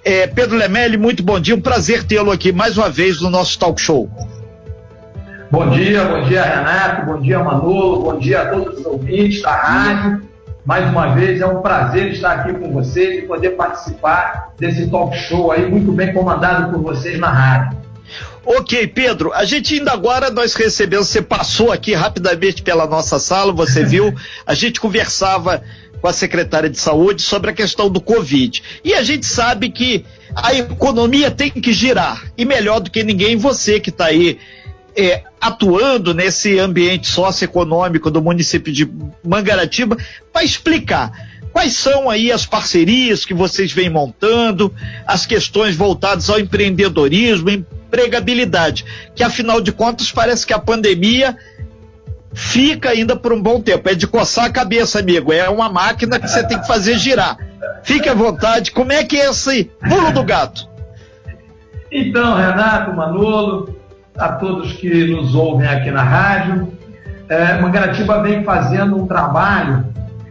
Pedro Lemelli, muito bom dia, um prazer tê-lo aqui mais uma vez no nosso talk show. Bom dia Renato, bom dia Manolo, bom dia a todos os ouvintes da rádio. Mais uma vez é um prazer estar aqui com vocês e poder participar desse talk show aí, muito bem comandado por vocês na rádio. Ok, Pedro, a gente ainda agora, nós recebemos, você passou aqui rapidamente pela nossa sala, você viu, a gente conversava com a secretária de saúde sobre a questão do Covid. E a gente sabe que a economia tem que girar, e melhor do que ninguém, você que está aí atuando nesse ambiente socioeconômico do município de Mangaratiba, para explicar quais são aí as parcerias que vocês vêm montando, as questões voltadas ao empreendedorismo, empregabilidade, que afinal de contas parece que a pandemia fica ainda por um bom tempo, é de coçar a cabeça, amigo, é uma máquina que você tem que fazer girar. Fique à vontade, como é que é esse pulo do gato? Então, Renato, Manolo, a todos que nos ouvem aqui na rádio, Mangaratiba vem fazendo um trabalho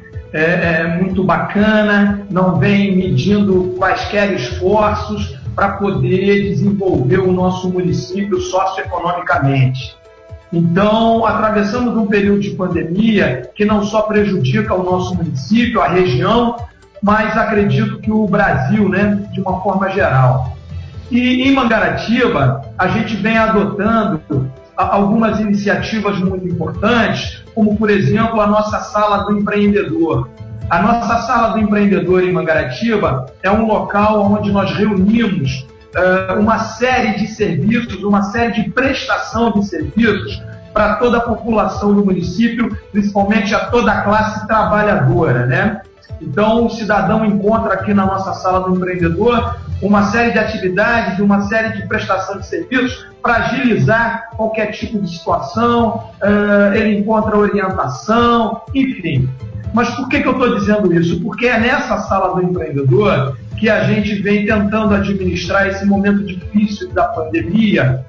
muito bacana, não vem medindo quaisquer esforços para poder desenvolver o nosso município socioeconomicamente. Então, atravessamos um período de pandemia que não só prejudica o nosso município, a região, mas acredito que o Brasil, né, de uma forma geral. E em Mangaratiba, a gente vem adotando algumas iniciativas muito importantes, como, por exemplo, a nossa Sala do Empreendedor. A nossa Sala do Empreendedor em Mangaratiba é um local onde nós reunimos uma série de serviços, uma série de prestação de serviços para toda a população do município, principalmente a toda a classe trabalhadora, né? Então, o cidadão encontra aqui na nossa Sala do Empreendedor uma série de atividades, uma série de prestação de serviços para agilizar qualquer tipo de situação, ele encontra orientação, enfim. Mas por que eu estou dizendo isso? Porque é nessa Sala do Empreendedor que a gente vem tentando administrar esse momento difícil da pandemia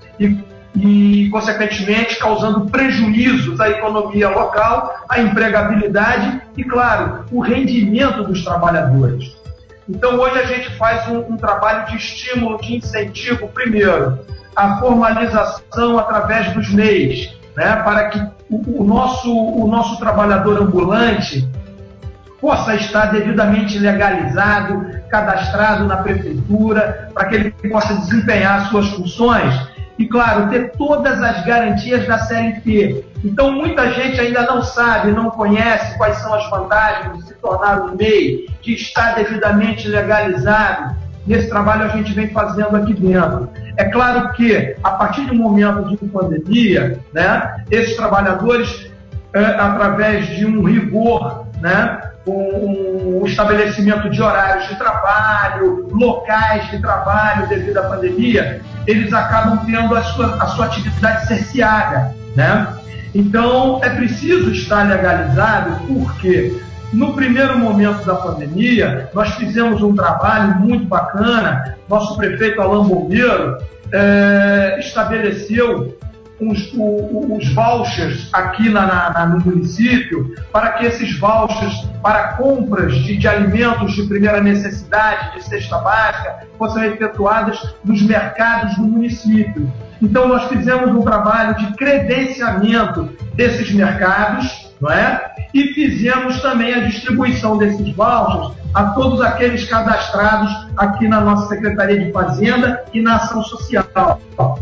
e, consequentemente, causando prejuízos à economia local, à empregabilidade e, claro, o rendimento dos trabalhadores. Então, hoje a gente faz um trabalho de estímulo, de incentivo, primeiro, a formalização através dos MEIs, né, para que o nosso trabalhador ambulante possa estar devidamente legalizado, cadastrado na prefeitura, para que ele possa desempenhar suas funções e, claro, ter todas as garantias da CLT. Então, muita gente ainda não sabe, não conhece quais são as vantagens de se tornar um MEI, de estar devidamente legalizado. Nesse trabalho a gente vem fazendo aqui dentro. É claro que, a partir de um momento de pandemia, né, esses trabalhadores, através de um rigor, né, com o estabelecimento de horários de trabalho, locais de trabalho devido à pandemia, eles acabam tendo a sua atividade cerceada, né? Então, é preciso estar legalizado, porque no primeiro momento da pandemia, nós fizemos um trabalho muito bacana. Nosso prefeito Alain Bombeiro estabeleceu os vouchers aqui no município, para que esses vouchers para compras de alimentos de primeira necessidade, de cesta básica, fossem efetuadas nos mercados do município. Então, nós fizemos um trabalho de credenciamento desses mercados, não é? E fizemos também a distribuição desses vouchers a todos aqueles cadastrados aqui na nossa Secretaria de Fazenda e na Ação Social.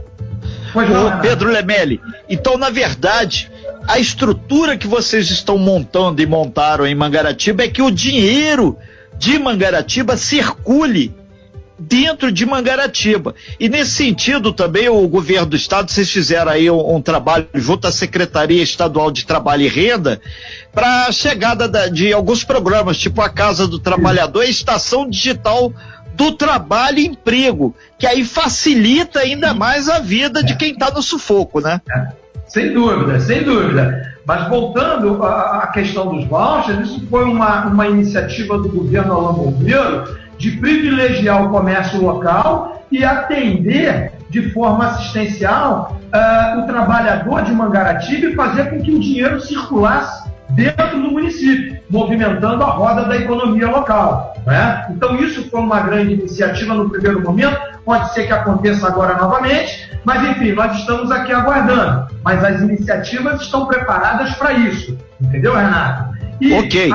Pedro Lemelli, então, na verdade, a estrutura que vocês estão montando e montaram em Mangaratiba é que o dinheiro de Mangaratiba circule dentro de Mangaratiba. E nesse sentido também o governo do estado, vocês fizeram aí um trabalho junto à Secretaria Estadual de Trabalho e Renda para a chegada de alguns programas, tipo a Casa do Trabalhador e a Estação Digital do Trabalho e Emprego, que aí facilita ainda mais a vida de quem está no sufoco, né? Sem dúvida, sem dúvida. Mas voltando à questão dos vouchers, isso foi uma iniciativa do governo Alain Bombeiro de privilegiar o comércio local e atender de forma assistencial o trabalhador de Mangaratiba e fazer com que o dinheiro circulasse dentro do município, movimentando a roda da economia local. Né? Então isso foi uma grande iniciativa no primeiro momento, pode ser que aconteça agora novamente, mas enfim, nós estamos aqui aguardando. Mas as iniciativas estão preparadas para isso, entendeu, Renato? E okay.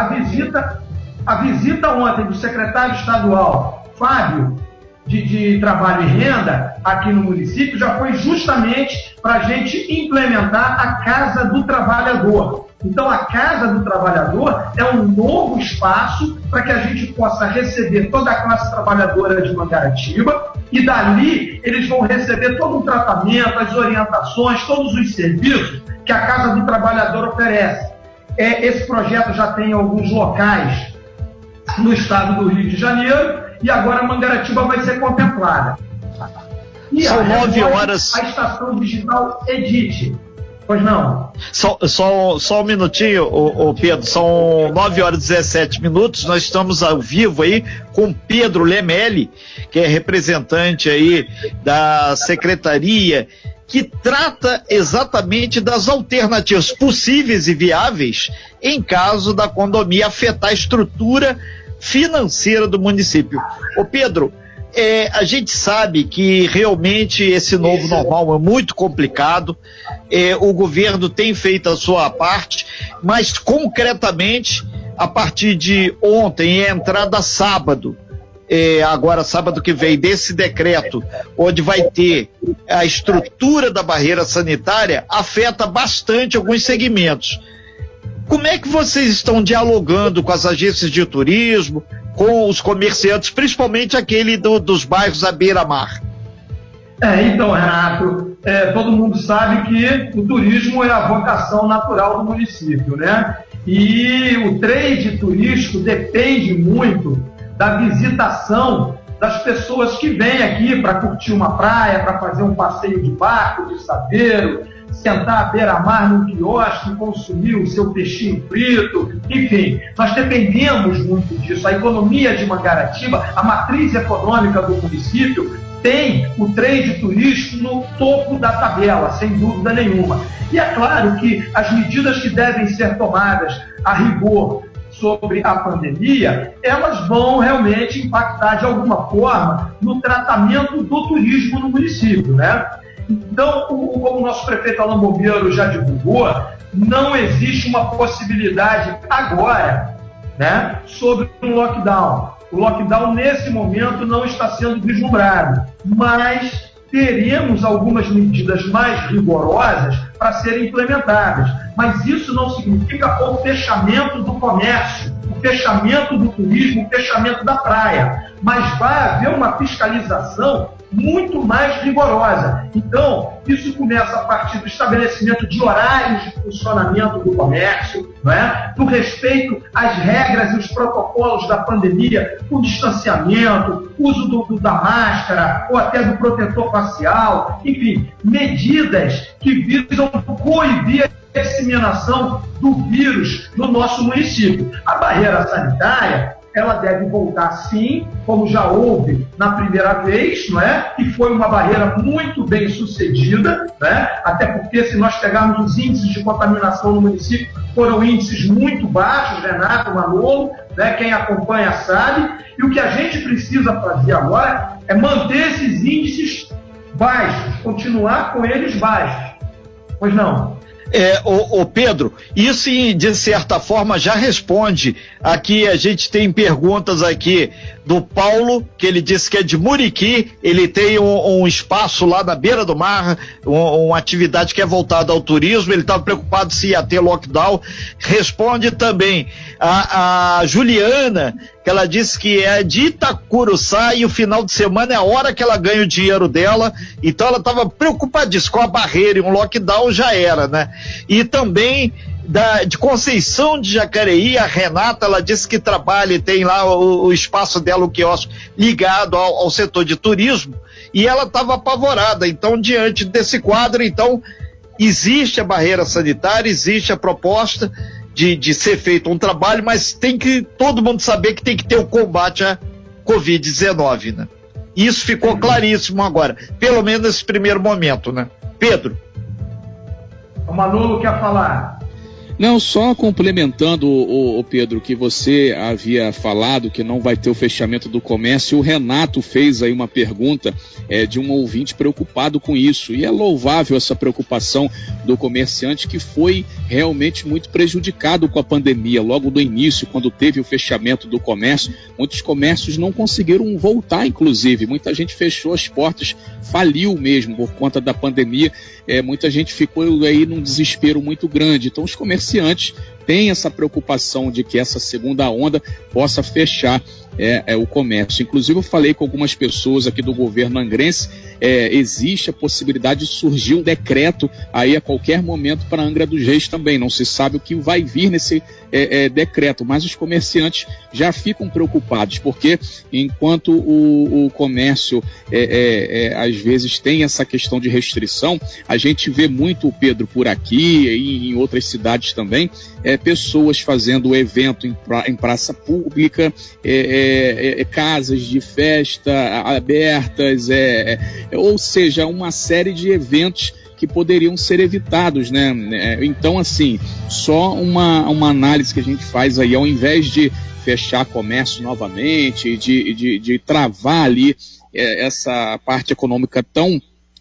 A visita ontem do secretário estadual, Fábio, de Trabalho e Renda, aqui no município, já foi justamente para a gente implementar a Casa do Trabalhador. Então, a Casa do Trabalhador é um novo espaço para que a gente possa receber toda a classe trabalhadora de Mangaratiba e dali eles vão receber todo o tratamento, as orientações, todos os serviços que a Casa do Trabalhador oferece. Esse projeto já tem alguns locais no estado do Rio de Janeiro e agora Mangaratiba vai ser contemplada. E são 9 horas. A estação digital Edite. Pois não? Só um minutinho, Pedro. São 9 horas e 17 minutos. Nós estamos ao vivo aí com Pedro Lemelli, que é representante aí da Secretaria, que trata exatamente das alternativas possíveis e viáveis em caso da condomínio afetar a estrutura financeira do município. Ô Pedro, a gente sabe que realmente esse novo normal é muito complicado, o governo tem feito a sua parte, mas concretamente, a partir de ontem, a entrada sábado, agora sábado que vem, desse decreto, onde vai ter a estrutura da barreira sanitária, afeta bastante alguns segmentos. Como é que vocês estão dialogando com as agências de turismo, com os comerciantes, principalmente aquele dos bairros à beira-mar? Então, Renato, todo mundo sabe que o turismo é a vocação natural do município, né? E o trade turístico depende muito da visitação das pessoas que vêm aqui para curtir uma praia, para fazer um passeio de barco, de saveiro, sentar à beira-mar num quiosque, consumir o seu peixinho frito, enfim, nós dependemos muito disso. A economia de Mangaratiba, a matriz econômica do município, tem o trade turístico no topo da tabela, sem dúvida nenhuma. E é claro que as medidas que devem ser tomadas a rigor sobre a pandemia, elas vão realmente impactar de alguma forma no tratamento do turismo no município, né? Então, como o nosso prefeito Alain Bombeiro já divulgou, não existe uma possibilidade agora, né, sobre um lockdown. O lockdown, nesse momento, não está sendo vislumbrado, mas teremos algumas medidas mais rigorosas para serem implementadas. Mas isso não significa o fechamento do comércio, o fechamento do turismo, o fechamento da praia. Mas vai haver uma fiscalização muito mais rigorosa. Então, isso começa a partir do estabelecimento de horários de funcionamento do comércio, não é? Do respeito às regras e os protocolos da pandemia, o distanciamento, uso da máscara ou até do protetor facial, enfim, medidas que visam coibir a disseminação do vírus no nosso município. A barreira sanitária, ela deve voltar sim, como já houve na primeira vez, não é? E foi uma barreira muito bem sucedida, né? Até porque se nós pegarmos os índices de contaminação no município, foram índices muito baixos, Renato, Manolo, né? Quem acompanha sabe, e o que a gente precisa fazer agora é manter esses índices baixos, continuar com eles baixos. Pois não? Pedro, isso de certa forma já responde. Aqui a gente tem perguntas aqui do Paulo, que ele disse que é de Muriqui, ele tem um espaço lá na beira do mar, uma atividade que é voltada ao turismo, ele estava preocupado se ia ter lockdown. Responde também a Juliana, que ela disse que é de Itacuruçá e o final de semana é a hora que ela ganha o dinheiro dela, então ela estava preocupadíssima com a barreira e um lockdown já era, né? E também de Conceição de Jacareí, a Renata, ela disse que trabalha e tem lá o espaço dela, o quiosque, ligado ao setor de turismo, e ela estava apavorada. Então, diante desse quadro, então, existe a barreira sanitária, existe a proposta de ser feito um trabalho, mas tem que todo mundo saber que tem que ter o combate à Covid-19, né? Isso ficou claríssimo agora, pelo menos nesse primeiro momento, né? Pedro. O Manolo quer falar. Não, só complementando, o Pedro, que você havia falado que não vai ter o fechamento do comércio, o Renato fez aí uma pergunta de um ouvinte preocupado com isso, e é louvável essa preocupação do comerciante que foi realmente muito prejudicado com a pandemia. Logo do início, quando teve o fechamento do comércio, muitos comércios não conseguiram voltar, inclusive, muita gente fechou as portas, faliu mesmo por conta da pandemia, muita gente ficou aí num desespero muito grande. Então os comerciantes têm essa preocupação de que essa segunda onda possa fechar o comércio. Inclusive eu falei com algumas pessoas aqui do governo angrense, existe a possibilidade de surgir um decreto aí a qualquer momento para Angra dos Reis também, não se sabe o que vai vir nesse decreto, mas os comerciantes já ficam preocupados, porque enquanto o comércio às vezes tem essa questão de restrição, a gente vê muito, Pedro, por aqui e em outras cidades também, pessoas fazendo evento em praça pública, casas de festa abertas, ou seja, uma série de eventos que poderiam ser evitados, né? Então, assim, só uma análise que a gente faz aí, ao invés de fechar comércio novamente, de travar ali essa parte econômica tão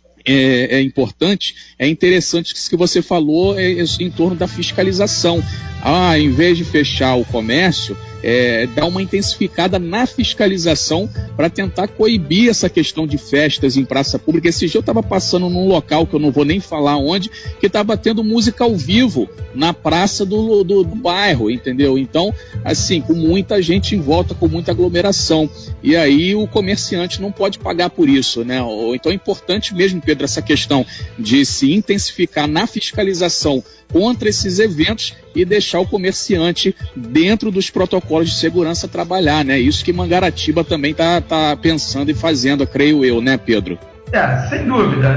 importante, é interessante isso que você falou em torno da fiscalização. Em vez de fechar o comércio, dar uma intensificada na fiscalização para tentar coibir essa questão de festas em praça pública. Esse dia eu estava passando num local, que eu não vou nem falar onde, que estava tendo música ao vivo na praça do bairro, entendeu? Então, assim, com muita gente em volta, com muita aglomeração. E aí o comerciante não pode pagar por isso, né? Então é importante mesmo, Pedro, essa questão de se intensificar na fiscalização contra esses eventos e deixar o comerciante dentro dos protocolos de segurança trabalhar, né? Isso que Mangaratiba também tá pensando e fazendo, creio eu, né, Pedro? Sem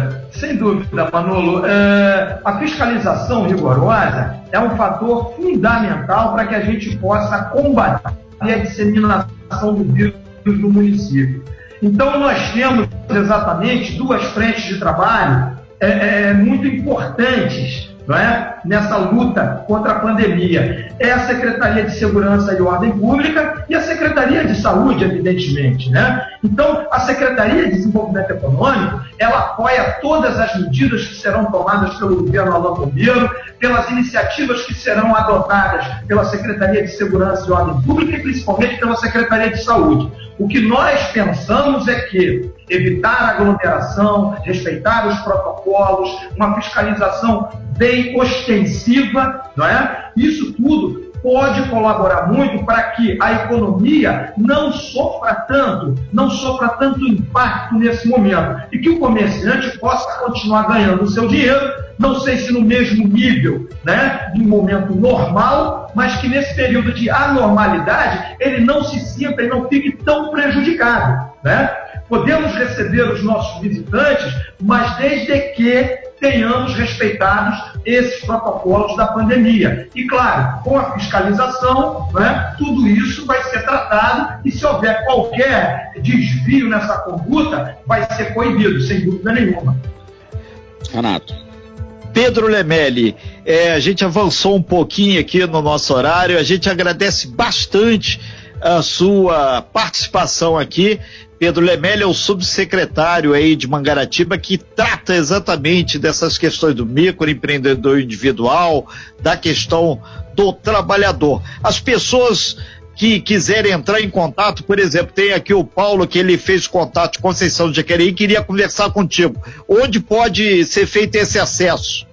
dúvida, Manolo. A fiscalização rigorosa é um fator fundamental para que a gente possa combater a disseminação do vírus no município. Então, nós temos exatamente duas frentes de trabalho muito importantes, não é? Nessa luta contra a pandemia. É a Secretaria de Segurança e Ordem Pública e a Secretaria de Saúde, evidentemente, né? Então, a Secretaria de Desenvolvimento Econômico, ela apoia todas as medidas que serão tomadas pelo governo Alain Bombeiro, pelas iniciativas que serão adotadas pela Secretaria de Segurança e Ordem Pública e principalmente pela Secretaria de Saúde. O que nós pensamos é que evitar a aglomeração, respeitar os protocolos, uma fiscalização bem ostensiva, não é? Isso tudo pode colaborar muito para que a economia não sofra tanto impacto nesse momento e que o comerciante possa continuar ganhando o seu dinheiro, não sei se no mesmo nível, né, de um momento normal, mas que nesse período de anormalidade ele não se sinta e não fique tão prejudicado, né? Podemos receber os nossos visitantes, mas desde que tenhamos respeitados esses protocolos da pandemia. E, claro, com a fiscalização, né, tudo isso vai ser tratado e se houver qualquer desvio nessa conduta, vai ser coibido, sem dúvida nenhuma. Renato. Pedro Lemelli, a gente avançou um pouquinho aqui no nosso horário, a gente agradece bastante a sua participação aqui. Pedro Lemelli é o subsecretário aí de Mangaratiba que trata exatamente dessas questões do microempreendedor individual, da questão do trabalhador. As pessoas que quiserem entrar em contato, por exemplo, tem aqui o Paulo que ele fez contato de Conceição de Jacareí e queria conversar contigo. Onde pode ser feito esse acesso?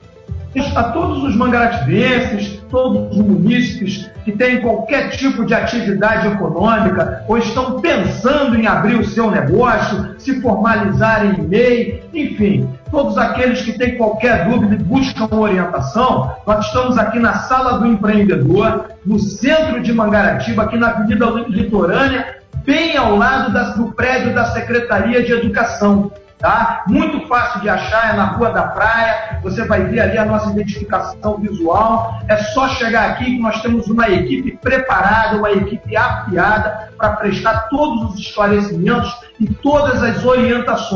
A todos os mangaratibenses, todos os munícipes que têm qualquer tipo de atividade econômica ou estão pensando em abrir o seu negócio, se formalizarem em MEI, enfim, todos aqueles que têm qualquer dúvida e buscam orientação, nós estamos aqui na Sala do Empreendedor, no centro de Mangaratiba, aqui na Avenida Litorânea, bem ao lado do prédio da Secretaria de Educação. Tá? Muito fácil de achar, é na Rua da Praia, você vai ver ali a nossa identificação visual, é só chegar aqui que nós temos uma equipe preparada, uma equipe afiada para prestar todos os esclarecimentos e todas as orientações.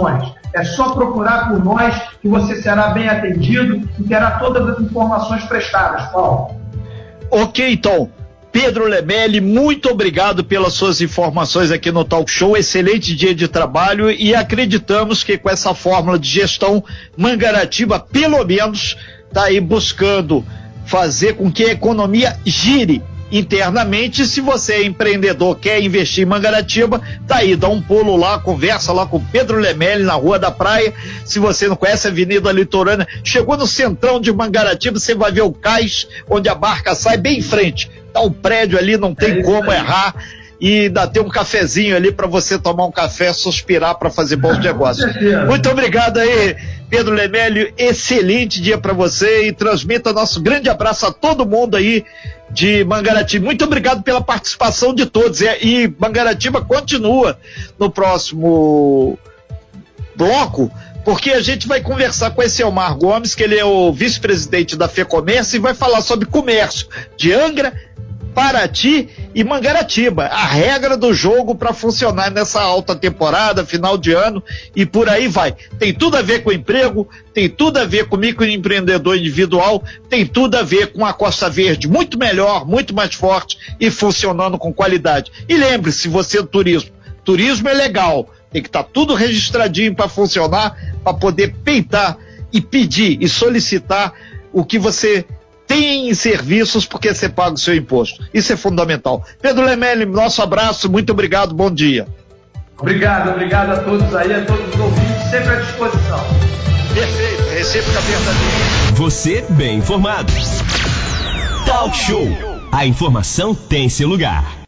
É só procurar por nós que você será bem atendido e terá todas as informações prestadas, Paulo. Ok, então. Pedro Lemelli, muito obrigado pelas suas informações aqui no Talk Show, excelente dia de trabalho e acreditamos que com essa fórmula de gestão, Mangaratiba, pelo menos, está aí buscando fazer com que a economia gire internamente. Se você é empreendedor, quer investir em Mangaratiba, tá aí, dá um pulo lá, conversa lá com o Pedro Lemelli na Rua da Praia. Se você não conhece a Avenida Litorânea, chegou no centrão de Mangaratiba, você vai ver o cais onde a barca sai bem em frente. Tá um prédio ali, não tem como errar. E ainda tem um cafezinho ali para você tomar um café, suspirar para fazer bons negócios. Muito obrigado aí, Pedro Lemelli, excelente dia para você e transmita nosso grande abraço a todo mundo aí de Mangaratiba. Muito obrigado pela participação de todos e Mangaratiba continua no próximo bloco, porque a gente vai conversar com esse Elmar Gomes, que ele é o vice-presidente da FEComércio e vai falar sobre comércio de Angra, Paraty e Mangaratiba, a regra do jogo para funcionar nessa alta temporada, final de ano e por aí vai. Tem tudo a ver com emprego, tem tudo a ver com microempreendedor individual, tem tudo a ver com a Costa Verde muito melhor, muito mais forte e funcionando com qualidade. E lembre-se, você é turismo é legal, tem que estar tudo registradinho para funcionar, para poder peitar e pedir e solicitar o que você tem em serviços porque você paga o seu imposto. Isso é fundamental. Pedro Lemelli, nosso abraço, muito obrigado, bom dia. Obrigado a todos aí, a todos os ouvintes, sempre à disposição. Perfeito, recíproca verdadeira. Você bem informado. Talk Show. A informação tem seu lugar.